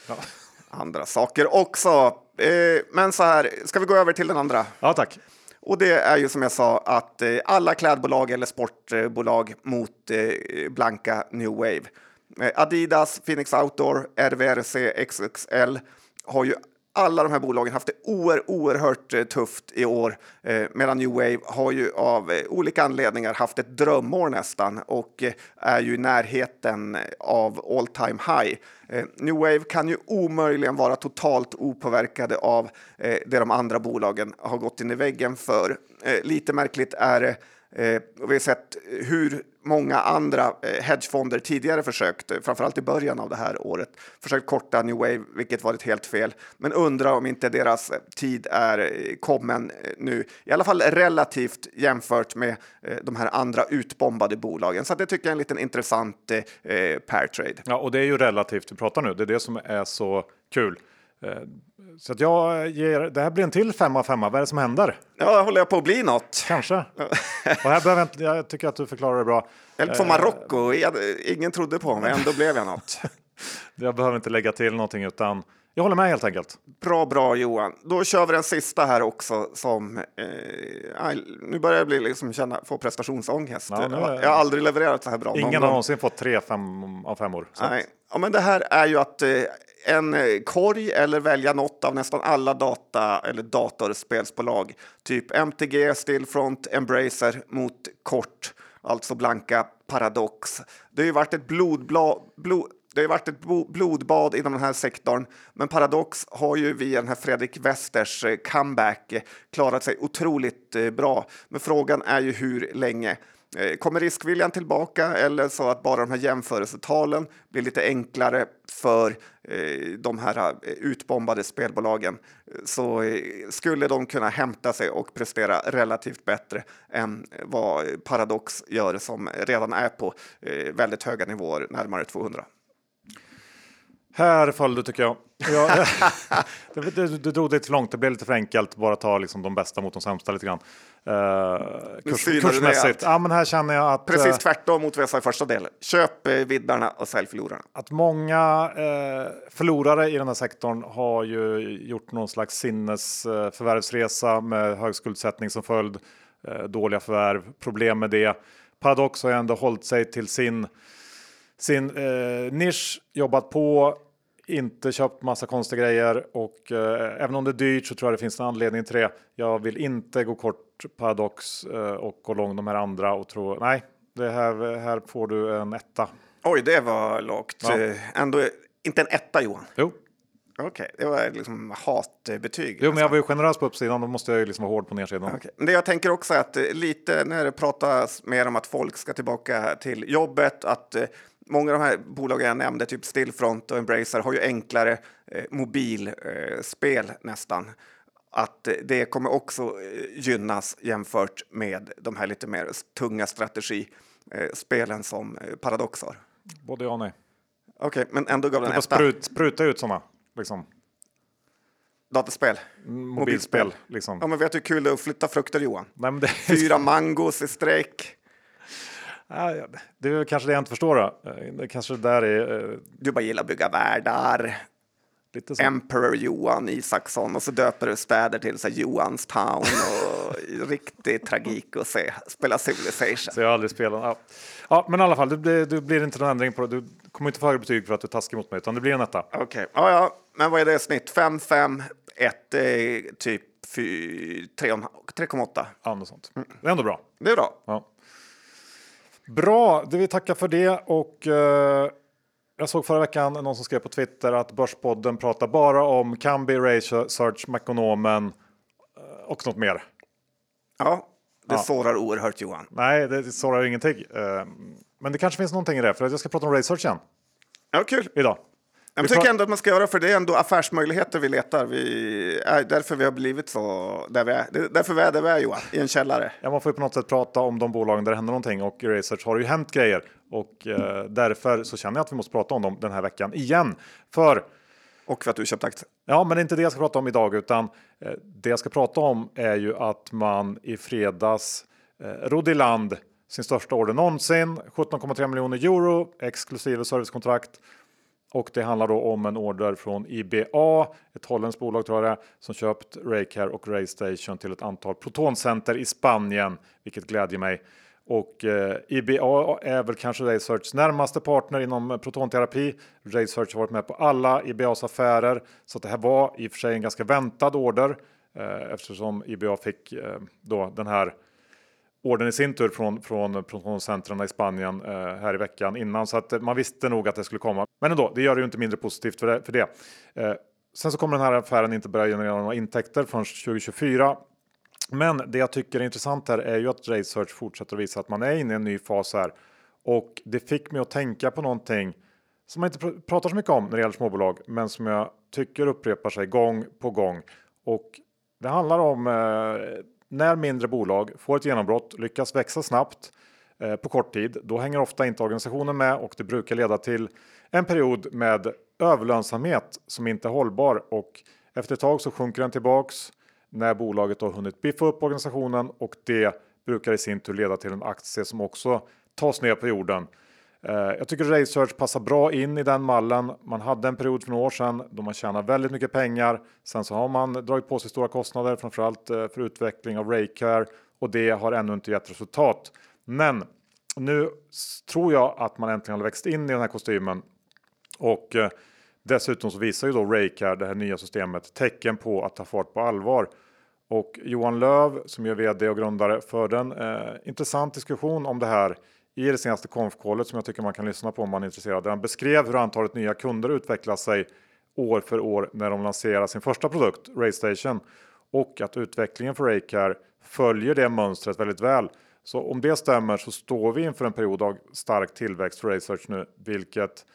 andra saker också. Men så här, ska vi gå över till den andra? Ja, tack. Och det är ju som jag sa att alla klädbolag eller sportbolag mot blanka New Wave. Adidas, Phoenix Outdoor, RVRC, XXL har ju alla de här bolagen haft det oerhört tufft i år, medan New Wave har ju av olika anledningar haft ett drömår nästan och är ju i närheten av all time high. New Wave kan ju omöjligen vara totalt opåverkade av det de andra bolagen har gått in i väggen för. Lite märkligt är det. Vi har sett hur många andra hedgefonder tidigare försökt, framförallt i början av det här året, försökt korta New Wave, vilket varit helt fel. Men undrar om inte deras tid är kommen nu, i alla fall relativt jämfört med de här andra utbombade bolagen. Så det tycker jag är en liten intressant pair trade. Ja, och det är ju relativt vi pratar nu. Det är det som är så kul. Så att jag ger, det här blir en till 5 av 5. Vad är det som händer? Ja, håller jag på att bli något? Kanske. Och här behöver jag tycker att du förklarar det bra. Eller från Marocko. Ingen trodde på mig, ändå blev jag något. Jag behöver inte lägga till någonting utan jag håller med helt enkelt. Bra Johan. Då kör vi den sista här också som nu börjar jag bli liksom få prestationsångest. Ja, jag har aldrig levererat så här bra. Ingen har någonsin fått 3 av 5 år. Nej. Ja, men det här är ju att en korg eller välja något av nästan alla data eller datorspelsbolag, typ MTG, Stillfront, Embracer mot kort, alltså blanka Paradox. Det har ju varit ett blodbad inom den här sektorn, men Paradox har ju via den här Fredrik Westers comeback klarat sig otroligt bra. Men frågan är ju hur länge. Kommer riskviljan tillbaka eller så att bara de här jämförelsetalen blir lite enklare för de här utbombade spelbolagen, så skulle de kunna hämta sig och prestera relativt bättre än vad Paradox gör som redan är på väldigt höga nivåer, närmare 200. Här föll du tycker jag. Du drog det lite långt, det blev lite för enkelt. Bara ta liksom de bästa mot de sämsta lite grann. Kursmässigt. Ja, men här känner jag att... Precis tvärtom mot vad jag sa i första delen. Köp viddarna och sälj förlorarna. Att många förlorare i den här sektorn har ju gjort någon slags sinnesförvärvsresa med hög skuldsättning som följd. Dåliga förvärv, problem med det. Paradox har ju ändå hållit sig till sin nisch, jobbat på, inte köpt massa konstiga grejer och även om det är dyrt så tror jag det finns en anledning till det. Jag vill inte gå kort Paradox och gå lång de här andra och tro, nej, det här får du en 1. Oj, det var lågt. Ja. Ändå inte en 1, Johan. Jo. Okej, det var liksom hatbetyg. Jo, men jag var ju generös på uppsidan, då måste jag liksom vara hård på nedsidan. Okay. Men det jag tänker också är att lite när det pratas mer om att folk ska tillbaka till jobbet, att många av de här bolagen jag nämnde, typ Stillfront och Embracer, har ju enklare mobilspel nästan. Att det kommer också gynnas jämfört med de här lite mer tunga strategispelen som Paradox har. Både ja och nej. Okej, men ändå gav den ett. Spruta ut sådana, liksom. Dataspel? Mobilspel, liksom. Ja, men vet du hur kul det är att flytta frukter, Johan? Nej, men det... 4 mangos i sträck. Det är väl kanske det jag inte förstår då. Det kanske där är... Du bara gillar att bygga världar. Lite så. Emperor Johan Isaksson och så döper du städer till så här Johanstown och riktig tragik att spela Civilization. Så jag har aldrig spelat. Ja, men i alla fall, det blir inte någon ändring på det. Du kommer inte få högre betyg för att du är taskig mot mig, utan det blir en etta. Okej, ja. Men vad är det snitt? 5, 5, 1, typ 3,8. Ja, något sånt. Det är ändå bra. Det är bra. Ja. Bra, det vill tacka för det. Och jag såg förra veckan någon som skrev på Twitter att Börspodden pratar bara om Kambi, Research, Mekonomen och något mer. Ja, det sårar oerhört, Johan. Nej, det sårar ingenting. Men det kanske finns någonting i det, för att jag ska prata om Research igen. Ja, kul. Idag. Jag tycker ändå att man ska göra, för det är ändå affärsmöjligheter vi letar. Därför vi har blivit så där vi är. Därför vi är där vi är, Johan, i en källare. Ja, man får ju på något sätt prata om de bolagen där det händer någonting, och i Research har det ju hänt grejer. Och därför så känner jag att vi måste prata om dem den här veckan igen. Och för att du köpt aktier. Ja, men det är inte det jag ska prata om idag, utan det jag ska prata om är ju att man i fredags rodde i land sin största order någonsin, 17,3 miljoner euro, exklusive servicekontrakt. Och det handlar då om en order från IBA, ett holländskt bolag tror jag det, som köpt Raycare och Raystation till ett antal protoncenter i Spanien, vilket glädjer mig. Och IBA är väl kanske Researchs närmaste partner inom protonterapi. Research har varit med på alla IBAs affärer, så att det här var i och för sig en ganska väntad order, eftersom IBA fick då den här ordern i sin tur från protoncentren i Spanien här i veckan innan, så att man visste nog att det skulle komma. Men ändå, det gör det ju inte mindre positivt för det. Sen så kommer den här affären inte börja generera några intäkter förrän 2024. Men det jag tycker är intressant här är ju att Research fortsätter att visa att man är inne i en ny fas här. Och det fick mig att tänka på någonting som man inte pratar så mycket om när det gäller småbolag, men som jag tycker upprepar sig gång på gång. Och det handlar om när mindre bolag får ett genombrott, lyckas växa snabbt på kort tid, då hänger ofta inte organisationen med, och det brukar leda till en period med överlönsamhet som inte är hållbar, och efter ett tag så sjunker den tillbaks när bolaget har hunnit biffa upp organisationen, och det brukar i sin tur leda till en aktie som också tas ner på jorden. Jag tycker Research passar bra in i den mallen. Man hade en period för några år sedan då man tjänar väldigt mycket pengar. Sen så har man dragit på sig stora kostnader, framförallt för utveckling av Raycare, och det har ännu inte gett resultat. Men nu tror jag att man äntligen har växt in i den här kostymen, och dessutom så visar ju då Raycare, det här nya systemet, tecken på att ta fart på allvar. Och Johan Löv, som är vd och grundare, för en intressant diskussion om det här i det senaste konfkålet som jag tycker man kan lyssna på om man är intresserad. Där han beskrev hur antalet nya kunder utvecklar sig år för år när de lanserar sin första produkt, Raystation, och att utvecklingen för Raycare följer det mönstret väldigt väl. Så om det stämmer så står vi inför en period av stark tillväxt för Research nu, vilket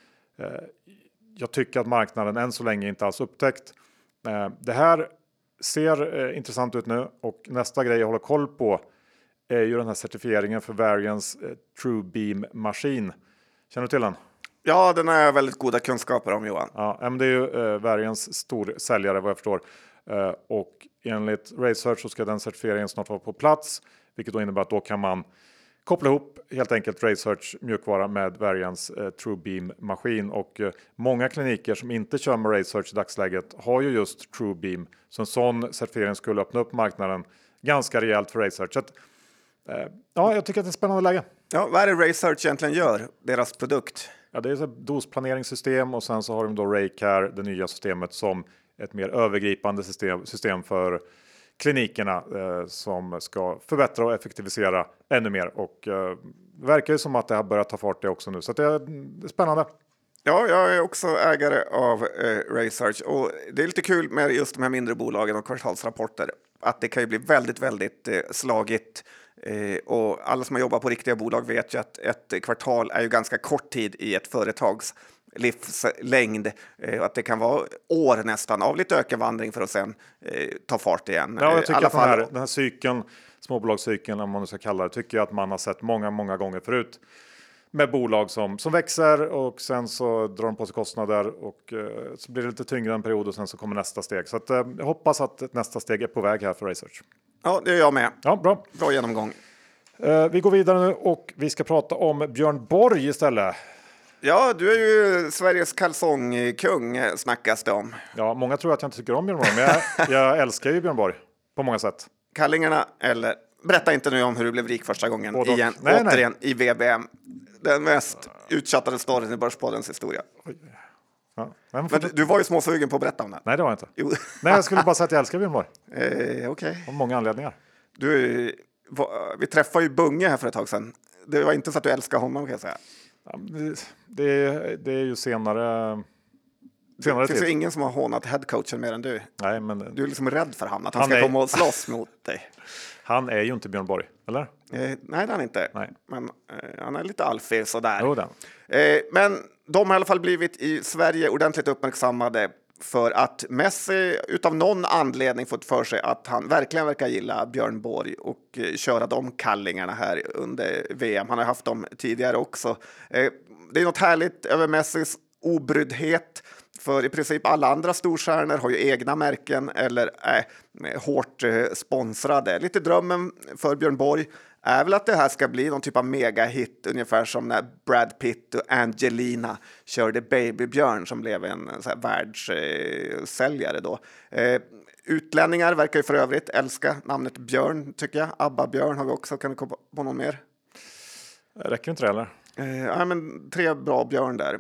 jag tycker att marknaden än så länge inte alls upptäckt. Det här ser intressant ut nu, och nästa grej jag håller koll på är ju den här certifieringen för Varians TrueBeam-maskin. Känner du till den? Ja, den har jag väldigt goda kunskaper om, Johan. Ja, men det är ju Varians stor säljare vad jag förstår. Och enligt Research så ska den certifieringen snart vara på plats, vilket då innebär att då kan man koppla ihop helt enkelt Research mjukvara med Varians TrueBeam-maskin. Och många kliniker som inte kör med Research i dagsläget har ju just TrueBeam. Så en sån certifiering skulle öppna upp marknaden ganska rejält för Research. Så att, ja, jag tycker att det är ett spännande läge. Ja, vad är det Research egentligen gör? Deras produkt? Ja, det är ett dosplaneringssysteem, och sen så har de då Raycare, det nya systemet, som ett mer övergripande system för klinikerna som ska förbättra och effektivisera ännu mer. Och det verkar ju som att det har börjat ta fart det också nu, så att det är spännande. Ja, jag är också ägare av Research, och det är lite kul med just de här mindre bolagen och kvartalsrapporter, att det kan ju bli väldigt, väldigt slagigt. Och alla som har jobbat på riktiga bolag vet ju att ett kvartal är ju ganska kort tid i ett företags livslängd, och att det kan vara år nästan av lite ökenvandring för att sen ta fart igen. Ja, jag tycker att den här cykeln, småbolagscykeln om man nu ska kalla det, tycker jag att man har sett många gånger förut. Med bolag som växer, och sen så drar de på sig kostnader, och så blir det lite tyngre en period, och sen så kommer nästa steg. Så att, jag hoppas att nästa steg är på väg här för Research. Ja, det är jag med. Ja, bra genomgång. Vi går vidare nu och vi ska prata om Björn Borg istället. Ja, du är ju Sveriges kalsongkung, snackas det om. Ja, många tror att jag inte tycker om Björn Borg, men jag älskar ju Björn Borg på många sätt. Kallingarna, eller berätta inte nu om hur du blev rik första gången igen. Nej. Återigen i VBM. Den mest utchattade storyn i Börspoddens historia. Ja. Men du var ju småsugen på att berätta om den. Nej, det var jag inte. Jo. Nej, jag skulle bara säga att jag älskar Björn Borg. Okej. Av många anledningar. Vi träffade ju Bunge här för ett tag sedan. Det var inte så att du älskar honom, kan jag säga. Ja, det är ju senare Det finns tid. ju ingen som har hånat headcoachen mer än du. Nej, men Du är liksom rädd för han, att han ska komma och slåss mot dig. han är ju inte Björn Borg, eller? Nej, det är han inte. Nej. Men han är lite alfig sådär. Jo, den. Men de har i alla fall blivit i Sverige ordentligt uppmärksammade för att Messi utav någon anledning fått för sig att han verkligen verkar gilla Björn Borg och köra de kallingarna här under VM. Han har haft dem tidigare också. Det är något härligt över Messis obryddhet. För i princip alla andra storstjärnor har ju egna märken eller är hårt sponsrade. Lite drömmen för Björn Borg är väl att det här ska bli någon typ av megahit, ungefär som när Brad Pitt och Angelina körde Babybjörn som blev en så här världssäljare då. Utlänningar verkar ju för övrigt älska namnet Björn, tycker jag. Abba Björn har vi också. Kan du komma på någon mer? Räcker inte det, eller? Ja, men 3 bra Björn där.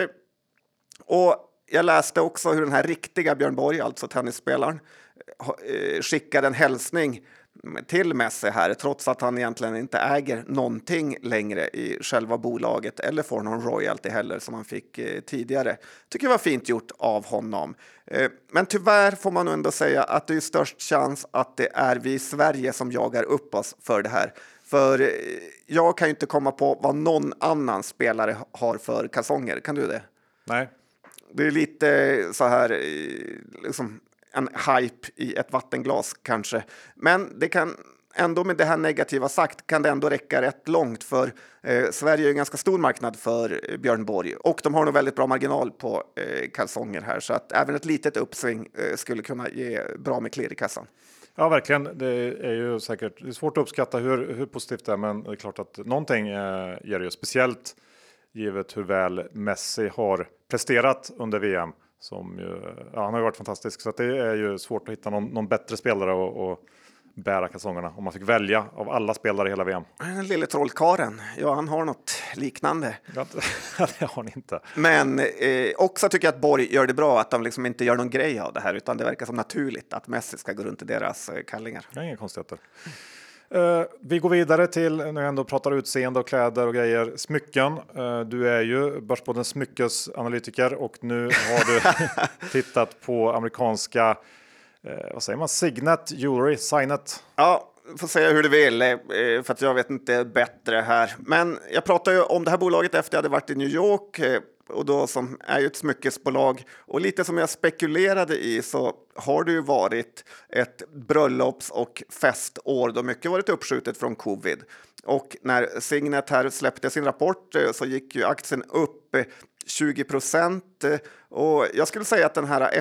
Och jag läste också hur den här riktiga Björn Borg, alltså tennisspelaren, skickade en hälsning till Messi här, trots att han egentligen inte äger någonting längre i själva bolaget eller får någon royalty heller som han fick tidigare. Tycker det var fint gjort av honom. Men tyvärr får man ändå säga att det är störst chans att det är vi i Sverige som jagar upp oss för det här. För jag kan ju inte komma på vad någon annan spelare har för kalsonger. Kan du det? Nej. Det är lite så här liksom en hype i ett vattenglas kanske. Men det kan ändå, med det här negativa sagt, kan det ändå räcka rätt långt, för Sverige är en ganska stor marknad för Björn Borg och de har nog väldigt bra marginal på kalsonger här, så att även ett litet uppsving skulle kunna ge bra med klirr i kassan. Ja, verkligen. Det är ju säkert, det är svårt att uppskatta hur positivt det är, men det är klart att någonting ger det ju, speciellt givet hur väl Messi har presterat under VM. Som ju, ja, han har ju varit fantastisk, så att det är ju svårt att hitta någon bättre spelare och bära kalsongerna om man fick välja av alla spelare i hela VM. Den lille trollkaren, ja, han har något liknande. Ja, det har han inte. Men också tycker jag att Borg gör det bra, att de liksom inte gör någon grej av det här, utan det verkar som naturligt att Messi ska gå runt i deras kallingar. Det är inga konstigheter. Vi går vidare till, när jag ändå pratar utseende och kläder och grejer, smycken. Du är ju Börspoddens smyckesanalytiker och nu har du tittat på amerikanska, vad säger man, Signet Jewelry, Signet. Ja, får säga hur du vill, för att jag vet inte bättre här. Men jag pratade ju om det här bolaget efter jag hade varit i New York, och då som är ju ett smyckesbolag, och lite som jag spekulerade i så har det ju varit ett bröllops- och festår då mycket varit uppskjutet från covid. Och när Signet här släppte sin rapport så gick ju aktien upp 20%, och jag skulle säga att den här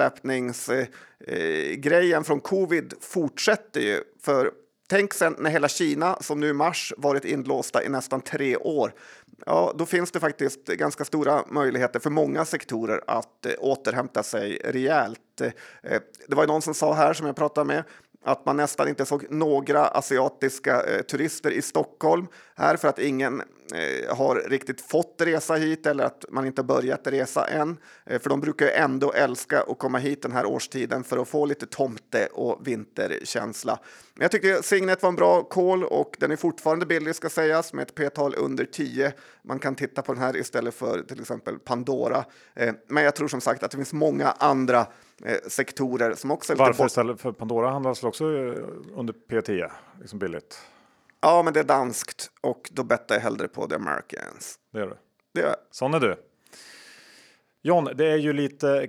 eftersläpningsgrejen från covid fortsätter ju, för tänk sen när hela Kina, som nu i mars, varit inlåsta i nästan 3 år. Ja, då finns det faktiskt ganska stora möjligheter för många sektorer att återhämta sig rejält. Det var ju någon som sa här, som jag pratade med, att man nästan inte såg några asiatiska turister i Stockholm här, för att ingen har riktigt fått resa hit, eller att man inte börjat resa än. För de brukar ju ändå älska att komma hit den här årstiden för att få lite tomte- och vinterkänsla. Men jag tycker Signet var en bra call, och den är fortfarande billig, ska sägas, med ett p-tal under 10. Man kan titta på den här istället för till exempel Pandora. Men jag tror som sagt att det finns många andra sektorer som också är lite... Varför istället för Pandora handlas också under P10, liksom billigt? Ja, men det är danskt, och då bettar jag hellre på The Americans. Det är du. Det är... Sån är du. John, det är ju lite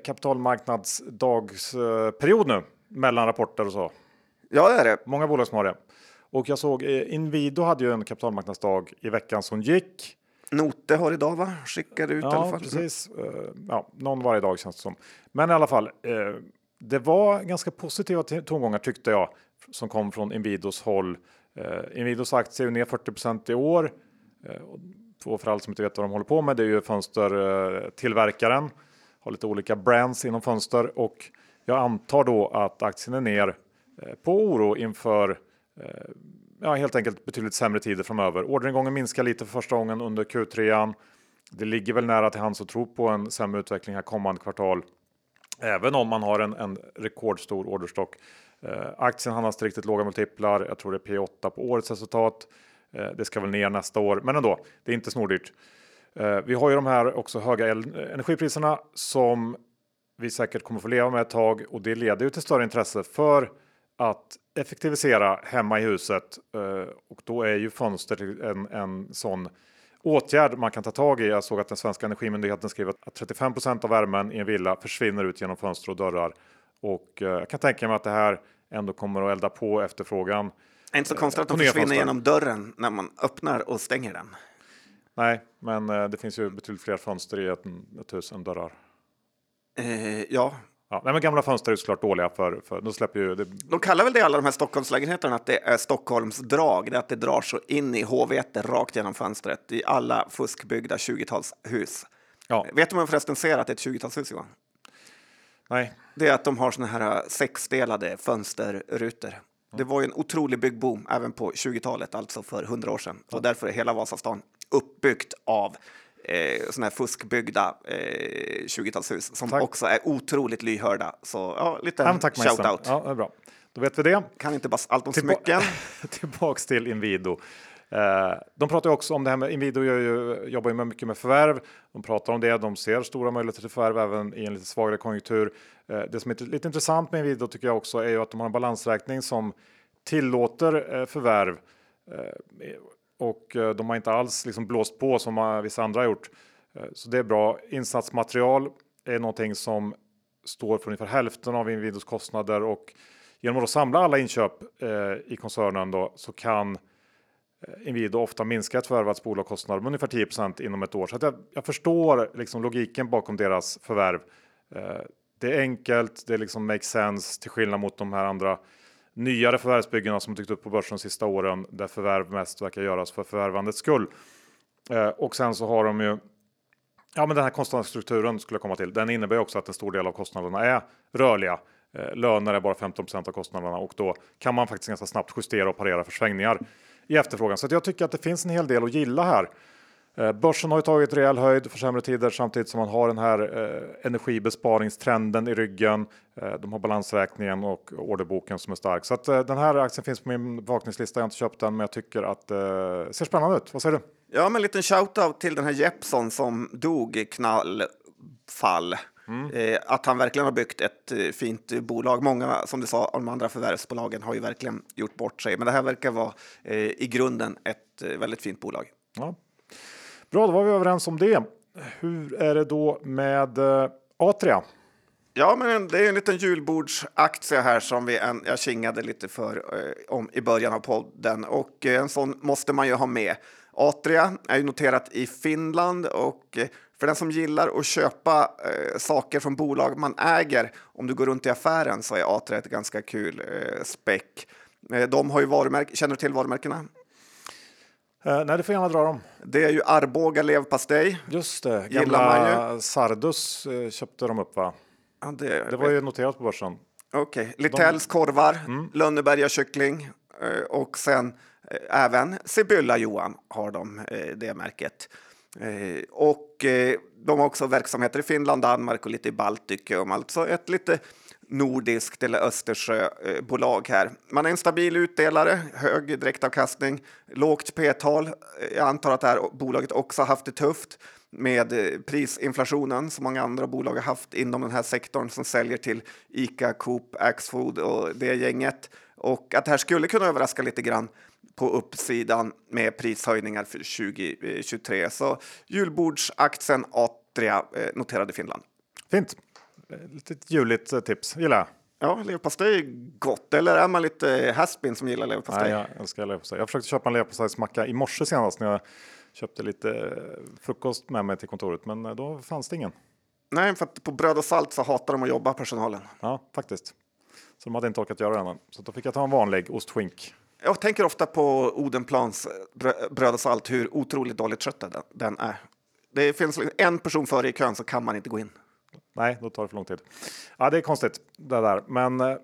kapitalmarknadsdagsperiod nu mellan rapporter och så. Ja, det är det. Många bolag som har det. Och jag såg Inwido hade ju en kapitalmarknadsdag i veckan som gick. Note har idag, va? Skickade ut i alla fall. Precis. Ja, någon varje dag känns det som. Men i alla fall, det var ganska positiva tongångar, tyckte jag, som kom från Inwidos håll Inwidos aktie är ner 40% i år. Och för alla som inte vet vad de håller på med, det är ju fönstertillverkaren. Har lite olika brands inom fönster och jag antar då att aktien är ner på oro inför helt enkelt betydligt sämre tider framöver. Orderingången minskar lite för första gången under Q3. Det ligger väl nära till hands att tro på en sämre utveckling här kommande kvartal. Även om man har en rekordstor orderstock. Aktien handlas till riktigt låga multiplar. Jag tror det är P8 på årets resultat. Det ska väl ner nästa år. Men ändå, det är inte snordyrt. Vi har ju de här också höga energipriserna som vi säkert kommer få leva med ett tag. Och det leder ju till större intresse för att effektivisera hemma i huset. Och då är ju fönster en sån åtgärd man kan ta tag i. Jag såg att den svenska energimyndigheten skriver att 35% av värmen i en villa försvinner ut genom fönster och dörrar. Och jag kan tänka mig att det här ändå kommer att elda på efterfrågan. Det är inte så konstigt att de försvinner genom dörren när man öppnar och stänger den. Nej, men det finns ju betydligt fler fönster i ett hus än dörrar. Ja. Nej, men gamla fönster är såklart dåliga för de släpper ju... De kallar väl det alla de här Stockholmslägenheterna att det är Stockholms drag. Det är att det drar så in i HV1 rakt genom fönstret i alla fuskbyggda 20-talshus. Ja. Vet du om man förresten ser att det är ett 20-talshus, Johan? Nej. Det är att de har såna här sexdelade fönsterrutor. Det var ju en otrolig byggboom även på 20-talet, alltså för 100 år sedan. Och därför är hela Vasastan uppbyggt av såna här fuskbyggda 20-talshus som också är otroligt lyhörda. Så ja, lite shout-out. Ja, det är bra. Då vet vi det. Kan inte bara allt om smycken. Tillbaks till Inwido. De pratar ju också om det här med Inwido jobbar ju mycket med förvärv. De pratar om det. De ser stora möjligheter till förvärv även i en lite svagare konjunktur. Det som är lite intressant med Inwido tycker jag också är ju att de har en balansräkning som tillåter förvärv. Och de har inte alls liksom blåst på som vissa andra har gjort. Så det är bra. Insatsmaterial är någonting som står för ungefär hälften av Inwidos kostnader. Och genom att samla alla inköp i koncernen då, så kan Inwido ofta minska ett förvärvats bolagskostnader med ungefär 10% inom ett år. Så att jag förstår liksom logiken bakom deras förvärv. Det är enkelt, det liksom makes sense till skillnad mot de här andra nyare förvärvsbyggena som dykt upp på börsen de sista åren där förvärv mest verkar göras för förvärvandets skull. Och sen så har de ju men den här kostnadsstrukturen skulle jag komma till. Den innebär också att en stor del av kostnaderna är rörliga. Löner är bara 15% av kostnaderna och då kan man faktiskt ganska snabbt justera och parera för svängningar i efterfrågan. Så jag tycker att det finns en hel del att gilla här. Börsen har ju tagit rejäl höjd för sämre tider samtidigt som man har den här energibesparingstrenden i ryggen. De har balansräkningen och orderboken som är stark. Så att den här aktien finns på min vakningslista. Jag har inte köpt den men jag tycker att det ser spännande ut. Vad säger du? Ja, men en liten shoutout till den här Jeppson som dog i knallfall. Att han verkligen har byggt ett fint bolag. Många, som du sa, av de andra förvärvsbolagen har ju verkligen gjort bort sig. Men det här verkar vara i grunden ett väldigt fint bolag. Ja. Bra, då var vi överens om det. Hur är det då med Atria? Ja, men det är en liten julbordsaktie här som jag kingade lite för om i början av podden. Och en sån måste man ju ha med. Atria är ju noterat i Finland och för den som gillar att köpa saker från bolag man äger, om du går runt i affären så är Atria ett ganska kul späck. De har ju varumärken, känner du till varumärkena? Nej, det får gärna dra dem. Det är ju Arboga levpastej. Just det, gamla Sardus köpte de upp va? Ja, det var ju noterat på börsen. Okej, Littells korvar, Lönneberga kyckling och sen även Sibylla Johan har de det märket. Och de har också verksamheter i Finland, Danmark och lite i Baltikum. Alltså ett lite nordiskt eller Östersjöbolag här. Man är en stabil utdelare, hög direktavkastning, lågt P-tal. Jag antar att det här bolaget också har haft det tufft med prisinflationen som många andra bolag har haft inom den här sektorn som säljer till ICA, Coop, Axfood och det gänget. Och att det här skulle kunna överraska lite grann på uppsidan med prishöjningar för 2023. Så julbordsaktien Atria noterade i Finland. Fint. Lite juligt tips, gillar jag. Ja, leverpastej är gott. Eller är man lite haspin som gillar leverpastej? Nej, jag älskar leverpastej. Jag försökte köpa en leverpastejsmacka i morse senast när jag köpte lite frukost med mig till kontoret. Men då fanns det ingen. Nej, för att på bröd och salt så hatar de att jobba, personalen. Ja, faktiskt. Så de hade inte orkat göra den. Så då fick jag ta en vanlig ostskink. Jag tänker ofta på Odenplans bröd och salt, hur otroligt dåligt skött den är. Det finns en person före i kön så kan man inte gå in. Nej, då tar det för lång tid. Ja, det är konstigt det där. Men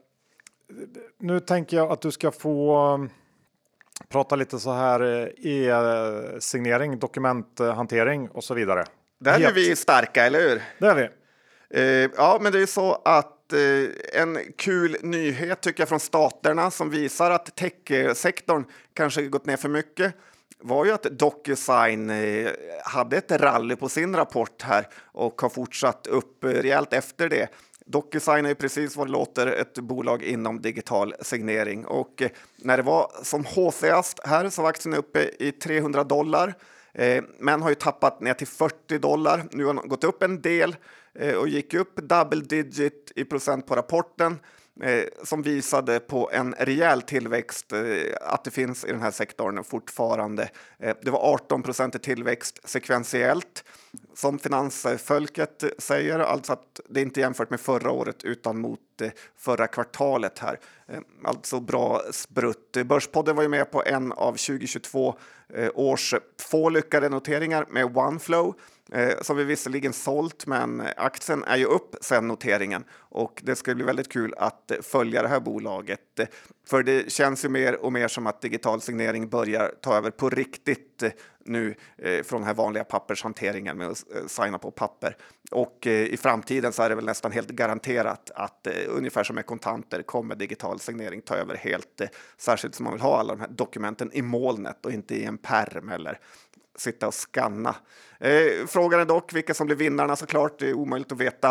nu tänker jag att du ska få prata lite så här e-signering, dokumenthantering och så vidare. Där är vi starka, eller hur? Det är vi. Ja, men det är så att en kul nyhet tycker jag från staterna som visar att tech-sektorn kanske gått ner för mycket var ju att DocuSign hade ett rally på sin rapport här och har fortsatt upp rejält efter det. DocuSign är ju precis vad det låter ett bolag inom digital signering och när det var som haughigast här så var aktien uppe i $300 men har ju tappat ner till $40. Nu har den gått upp en del och gick upp double digit i procent på rapporten som visade på en rejäl tillväxt att det finns i den här sektorn fortfarande. Det var 18% i tillväxt sekventiellt som Finansfolket säger, alltså att det inte är jämfört med förra året utan mot förra kvartalet här. Alltså bra sprutt. Börspodden var ju med på en av 2022 års få lyckade noteringar med OneFlow som vi visserligen sålt, men aktien är ju upp sedan noteringen och det ska bli väldigt kul att följa det här bolaget. För det känns ju mer och mer som att digital signering börjar ta över på riktigt nu från den här vanliga pappershanteringen med att signa på papper. Och i framtiden så är det väl nästan helt garanterat att ungefär som med kontanter kommer digital signering ta över helt, särskilt som man vill ha alla de här dokumenten i molnet och inte i en pärm eller sitta och skanna. Frågan är dock vilka som blir vinnarna såklart. Det är omöjligt att veta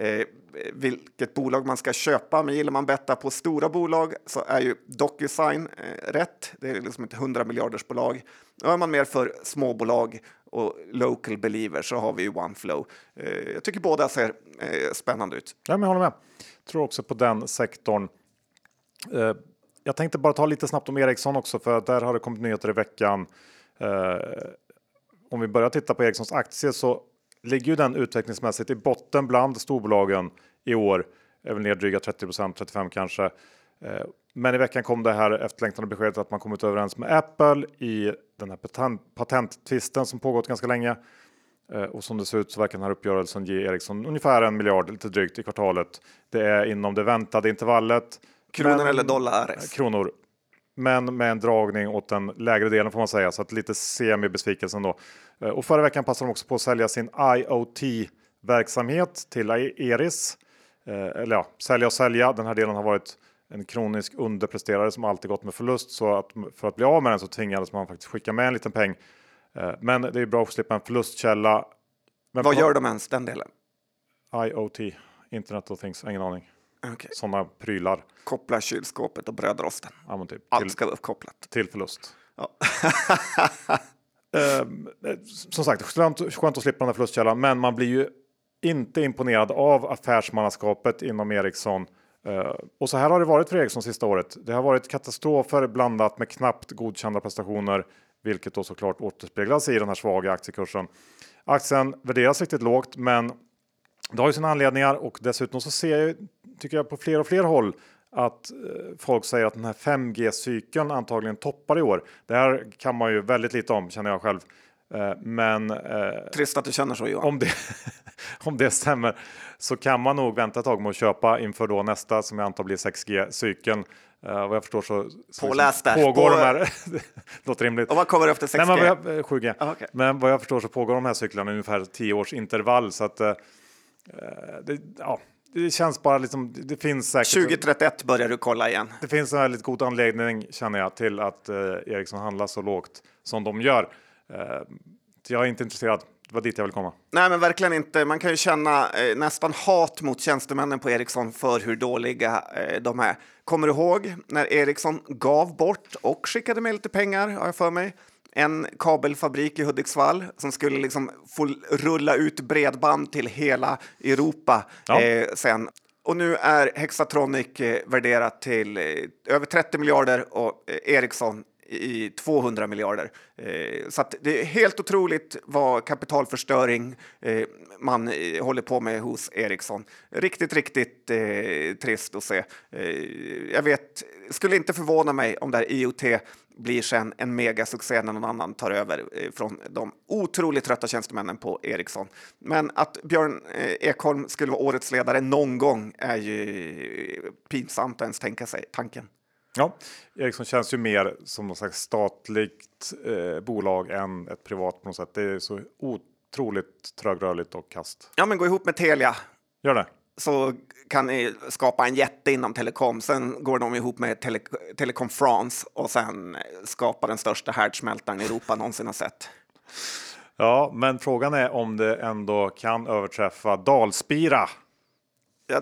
vilket bolag man ska köpa. Men gillar man betta på stora bolag så är ju DocuSign rätt. Det är liksom ett 100 miljarders bolag. Och är man mer för småbolag och local believers så har vi ju OneFlow. Jag tycker båda ser spännande ut. Ja, men jag håller med. Tror också på den sektorn. Jag tänkte bara ta lite snabbt om Ericsson också, för där har det kommit nyheter i veckan. Om vi börjar titta på Ericssons aktier så ligger ju den utvecklingsmässigt i botten bland storbolagen i år. Är väl ner dryga 30%, 35% kanske. Men i veckan kom det här efterlängtade beskedet att man kommit överens med Apple i den här patenttvisten som pågått ganska länge. Och som det ser ut så verkar den här uppgörelsen ge Ericsson ungefär 1 miljard lite drygt i kvartalet. Det är inom det väntade intervallet. Kronor eller dollar? Kronor. Men med en dragning åt den lägre delen får man säga. Så att lite semi-besvikelsen då. Och förra veckan passade de också på att sälja sin IoT-verksamhet till Eris. Eller ja, sälja. Den här delen har varit en kronisk underpresterare som alltid gått med förlust. Så att för att bli av med den så tvingades man faktiskt skicka med en liten peng. Men det är bra att slippa en förlustkälla. Men vad gör de ens den delen? IoT, Internet of Things, ingen aning. Okay. Sådana prylar. Koppla kylskåpet och brödrosten. Ja, men typ. Allt ska vara uppkopplat. Till förlust. Ja. Som sagt, skönt att slippa den här förlustkällan. Men man blir ju inte imponerad av affärsmannaskapet inom Ericsson. Och så här har det varit för Ericsson sista året. Det har varit katastrofer blandat med knappt godkända prestationer. Vilket då såklart återspeglas i den här svaga aktiekursen. Aktien värderas riktigt lågt, men det har ju sina anledningar. Och dessutom så tycker jag på fler och fler håll att folk säger att den här 5G-cykeln antagligen toppar i år. Det här kan man ju väldigt lite om, känner jag själv. Men trist att du känner så, Johan. Om det stämmer så kan man nog vänta ett tag med att köpa inför då nästa som jag antar blir 6G-cykeln. Vad jag förstår så pågår de här. Låter rimligt. Och vad kommer efter 6G? Nej, 7G. Okay. Men vad jag förstår så pågår de här cyklarna i ungefär 10 års intervall. Så att det känns bara liksom, det finns säkert 2031 börjar du kolla igen. Det finns en väldigt god anledning, känner jag, till att Ericsson handlar så lågt som de gör. Jag är inte intresserad. Det var dit jag vill komma. Nej, men verkligen inte. Man kan ju känna nästan hat mot tjänstemännen på Ericsson för hur dåliga de är. Kommer du ihåg när Ericsson gav bort och skickade med lite pengar, har jag för mig, en kabelfabrik i Hudiksvall som skulle liksom få rulla ut bredband till hela Europa sen. Och nu är Hexatronic värderat till över 30 miljarder och Ericsson i 200 miljarder. Så att det är helt otroligt vad kapitalförstöring man håller på med hos Ericsson. Riktigt trist att se. Jag skulle inte förvåna mig om det här IoT blir sen en megasuccé när någon annan tar över från de otroligt trötta tjänstemännen på Ericsson. Men att Björn Ekholm skulle vara årets ledare någon gång är ju pinsamt att ens tänka sig tanken. Ja, Ericsson känns ju mer som något slags statligt bolag än ett privat på något sätt. Det är så otroligt trögrörligt och kast. Ja, men gå ihop med Telia. Gör det. Så kan ni skapa en jätte inom telekom. Sen går de ihop med Telecom France och sen skapar den största härdsmältaren i Europa någonsin har sett. Ja, men frågan är om det ändå kan överträffa Dalspira. Ja,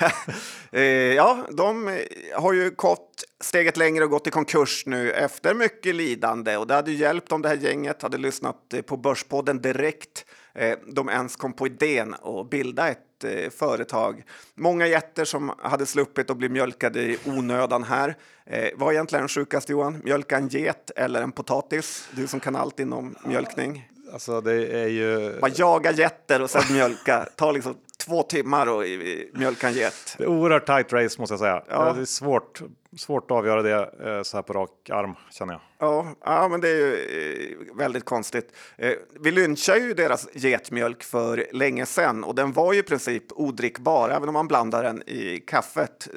de har ju gått steget längre och gått i konkurs nu efter mycket lidande. Och det hade hjälpt om det här gänget hade lyssnat på Börspodden direkt. De ens kom på idén att bilda ett företag. Många jätter som hade sluppit att bli mjölkade i onödan här. Vad är egentligen den sjukaste, Johan? Mjölka en get eller en potatis? Du som kan allt inom mjölkning. Alltså det är ju... Bara jaga jätter och sen mjölka. Ta liksom 2 timmar och mjölka en get. Det är oerhört tight race måste jag säga. Ja. Det är svårt att avgöra det så här på rak arm känner jag. Ja, men det är ju väldigt konstigt. Vi lynchar ju deras getmjölk för länge sedan och den var ju i princip odrickbar även om man blandar den i kaffet.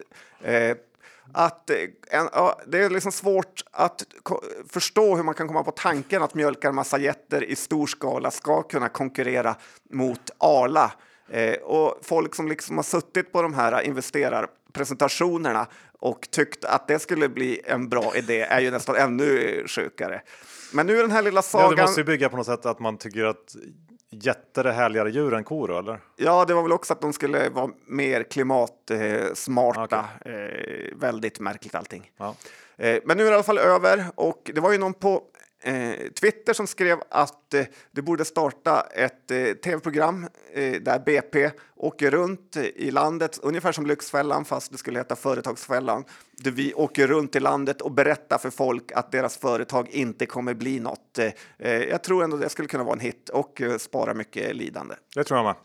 Det är liksom svårt att förstå hur man kan komma på tanken att mjölka en massa getter i stor skala ska kunna konkurrera mot Arla. Och folk som liksom har suttit på de här investerarpresentationerna och tyckt att det skulle bli en bra idé är ju nästan ännu sjukare. Men nu är den här lilla sagan... Ja, det måste ju bygga på något sätt att man tycker att jätter är härligare djur än kor, eller? Ja, det var väl också att de skulle vara mer klimatsmarta. Okay. Väldigt märkligt allting. Ja. Men nu är det i alla fall över och det var ju någon på Twitter som skrev att det borde starta ett tv-program där BP åker runt i landet, ungefär som Lyxfällan fast det skulle heta Företagsfällan, där vi åker runt i landet och berättar för folk att deras företag inte kommer bli något. Jag tror ändå det skulle kunna vara en hit och spara mycket lidande. Det tror jag med.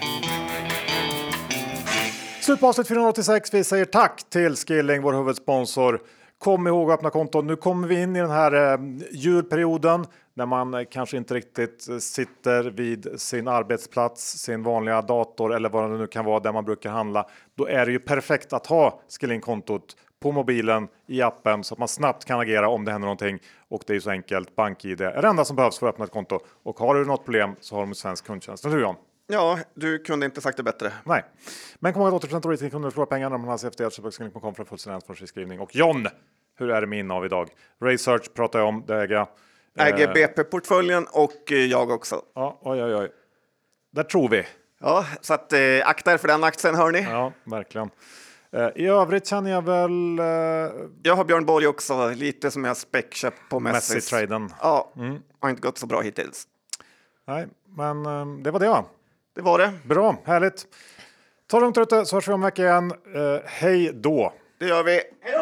Slut på avsnitt 486. Vi säger tack till Skilling, vår huvudsponsor. Kom ihåg att öppna konton. Nu kommer vi in i den här julperioden när man kanske inte riktigt sitter vid sin arbetsplats, sin vanliga dator eller vad det nu kan vara där man brukar handla. Då är det ju perfekt att ha Skilling-kontot på mobilen i appen så att man snabbt kan agera om det händer någonting. Och det är ju så enkelt. BankID är det enda som behövs för att öppna ett konto. Och har du något problem så har de svensk kundtjänst. Det tror jag. Ja, du kunde inte sagt det bättre. Nej. Men kom ihåg att 80% av retail kunder förlorar pengar när man har CFD så Skilling.com för fullständig ansvarsfriskrivning. Och John, hur är det med innehav idag? Research pratar jag om, det äger jag. Äger BP-portföljen och jag också. Ja, oj. Där tror vi. Ja, så att akta er för den aktien, hör ni. Ja, verkligen. I övrigt känner jag väl... Jag har Björn Borg också, lite som jag späckköpt på Messi-traden. Ja, har inte gått så bra hittills. Nej, men det var det va? Det var det. Bra, härligt. Ta det lugnt ute så hörs vi om en vecka igen. Hej då! Det gör vi. Hej då!